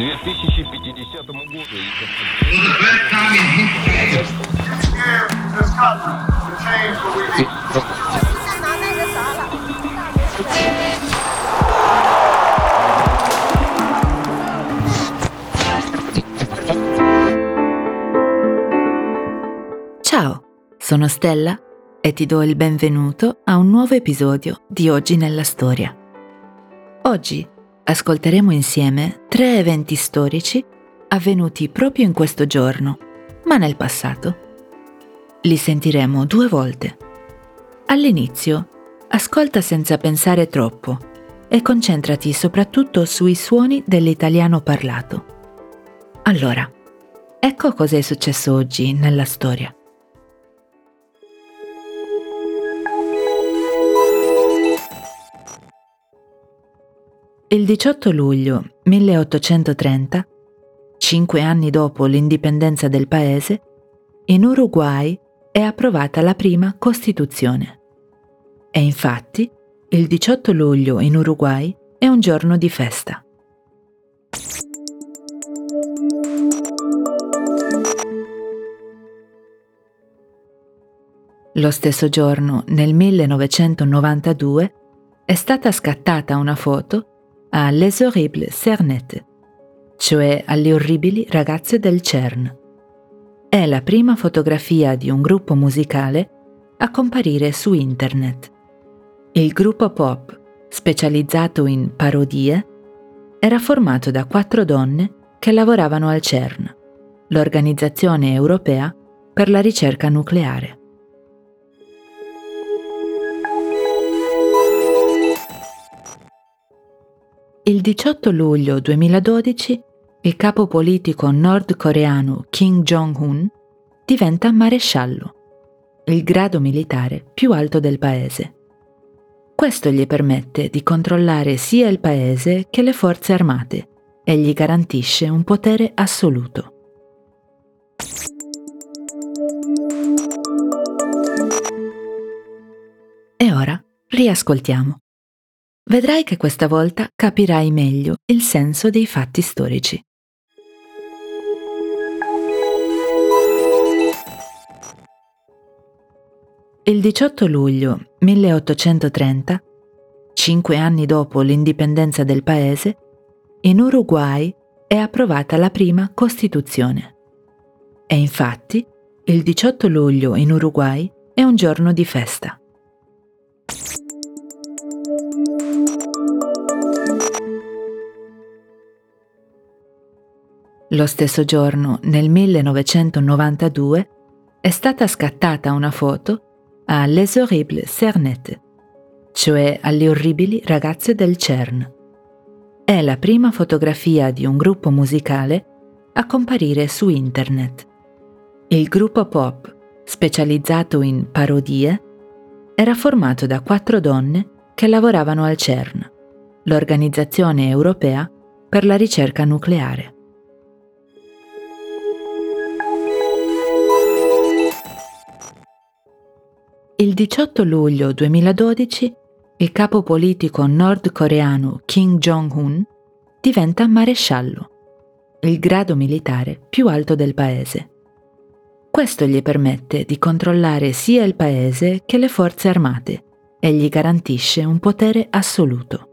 2050 году. For the first time in history, this country to change what we need. 拿那个啥了。 Ciao, sono Stella e ti do il benvenuto a un nuovo episodio di Oggi nella Storia. Oggi ascolteremo insieme 3 eventi storici avvenuti proprio in questo giorno, ma nel passato. Li sentiremo 2 volte. All'inizio, ascolta senza pensare troppo e concentrati soprattutto sui suoni dell'italiano parlato. Allora, ecco cosa è successo oggi nella storia. Il 18 luglio 1830, 5 anni dopo l'indipendenza del paese, in Uruguay è approvata la prima Costituzione. E infatti, il 18 luglio in Uruguay è un giorno di festa. Lo stesso giorno, nel 1992, è stata scattata una foto a Les Horribles Cernettes, cioè alle orribili ragazze del CERN. È la prima fotografia di un gruppo musicale a comparire su internet. Il gruppo pop, specializzato in parodie, era formato da 4 donne che lavoravano al CERN, l'Organizzazione Europea per la Ricerca Nucleare. Il 18 luglio 2012 il capo politico nordcoreano Kim Jong-un diventa maresciallo, il grado militare più alto del paese. Questo gli permette di controllare sia il paese che le forze armate e gli garantisce un potere assoluto. E ora riascoltiamo. Vedrai che questa volta capirai meglio il senso dei fatti storici. Il 18 luglio 1830, 5 anni dopo l'indipendenza del paese, in Uruguay è approvata la prima Costituzione. E infatti, il 18 luglio in Uruguay è un giorno di festa. Lo stesso giorno, nel 1992, è stata scattata una foto a Les Horribles Cernettes, cioè alle orribili ragazze del CERN. È la prima fotografia di un gruppo musicale a comparire su internet. Il gruppo pop, specializzato in parodie, era formato da 4 donne che lavoravano al CERN, l'Organizzazione Europea per la Ricerca Nucleare. Il 18 luglio 2012 il capo politico nordcoreano Kim Jong-un diventa maresciallo, il grado militare più alto del paese. Questo gli permette di controllare sia il paese che le forze armate e gli garantisce un potere assoluto.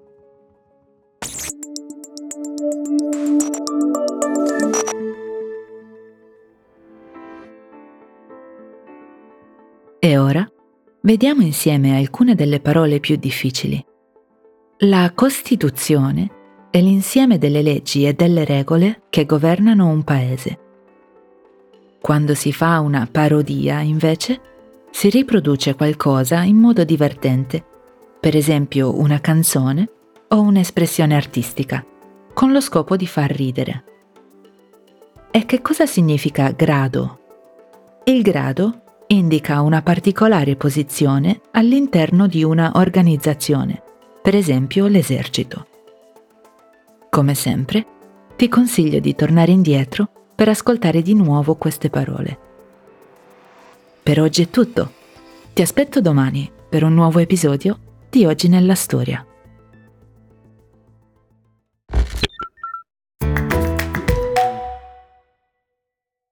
E ora? Vediamo insieme alcune delle parole più difficili. La Costituzione è l'insieme delle leggi e delle regole che governano un paese. Quando si fa una parodia, invece, si riproduce qualcosa in modo divertente, per esempio una canzone o un'espressione artistica, con lo scopo di far ridere. E che cosa significa grado? Il grado indica una particolare posizione all'interno di una organizzazione, per esempio l'esercito. Come sempre, ti consiglio di tornare indietro per ascoltare di nuovo queste parole. Per oggi è tutto. Ti aspetto domani per un nuovo episodio di Oggi nella Storia.